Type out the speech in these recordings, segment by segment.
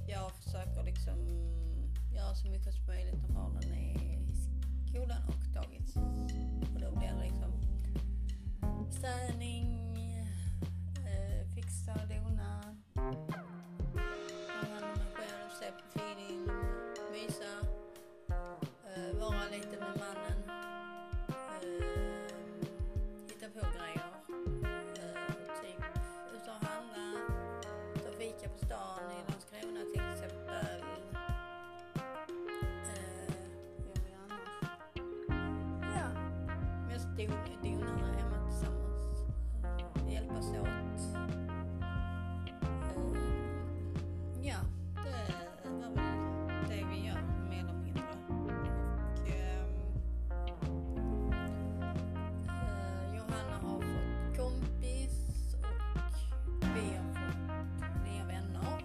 jag försöker liksom göra så mycket som möjligt när barnen är i skolan och dagis. Och då blir det liksom städning, fixa, dona, ta hand om mig själv, se på film, mysa, vara lite med mannen, hitta på grejer, typ ut och handla, ta fika på stan i Landskrona till exempel. Mest donarna hemma tillsammans, hjälpas åt. Ja, det var väl det vi gör mer eller mindre. Och Johanna har fått kompis och vi har fått nya vänner.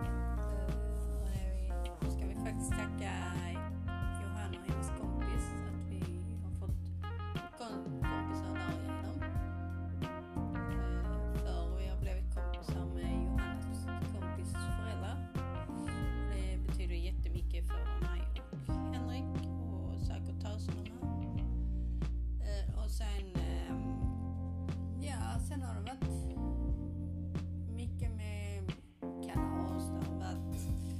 Och det ska vi faktiskt tacka Johanna och hennes kompis att vi har fått kompisar därigenom. För vi har blivit kompisar med Johannas kompis föräldrar. Det betyder jättemycket för mig och Henrik och säkert töserna. Och sen sen har det varit mycket med kalas. Det har varit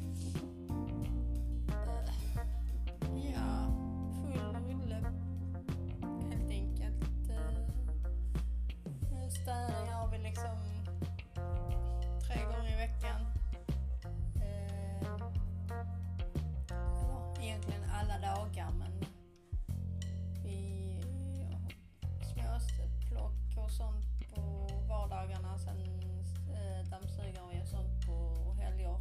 full rulle helt enkelt. Städning har vi liksom 3 gånger i veckan. Egentligen alla dagar, men vi har småplock och sånt på vardagarna. Sen dammsuger vi och sånt på helger.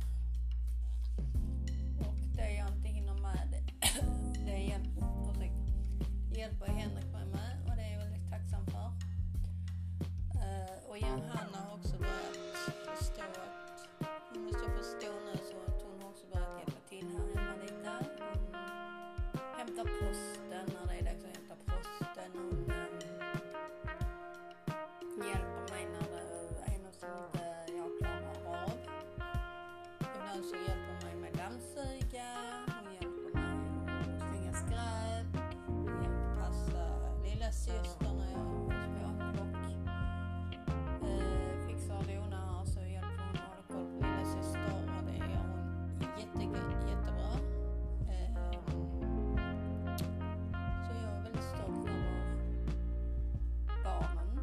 Och det jag inte hinner med det hjälper Henrik mig med, och det är jag väldigt tacksam för. Och Johanna har också börjat förstå att hon måste förstå nu, så att hon har också börjat hjälpa till här hemma lite. Hon hämtar posten när det är dags att hämta posten. Hon hjälper mig när det är något som inte jag klarar av. Ibland så hjälper hon mig med dammsuga. Hon hjälper mig att slänga skräp. Hon hjälper passa lilla syster när jag har småplock. Fixar och donar, så hjälper hon att hålla koll på lilla syster, och det gör hon jättebra. Så jag är väldigt stolt över barnen.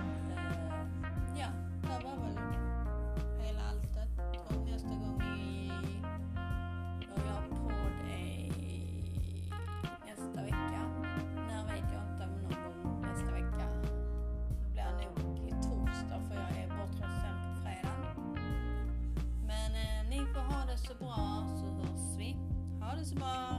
Det var väl hela alltet. Och nästa gång jag gör podd är nästa vecka. När vet jag inte, men någon gång nästa vecka. Det blir nog i torsdag, för jag är bortrest sen på fredag. Men ni får ha det så bra, så hörs vi. Ha det så bra!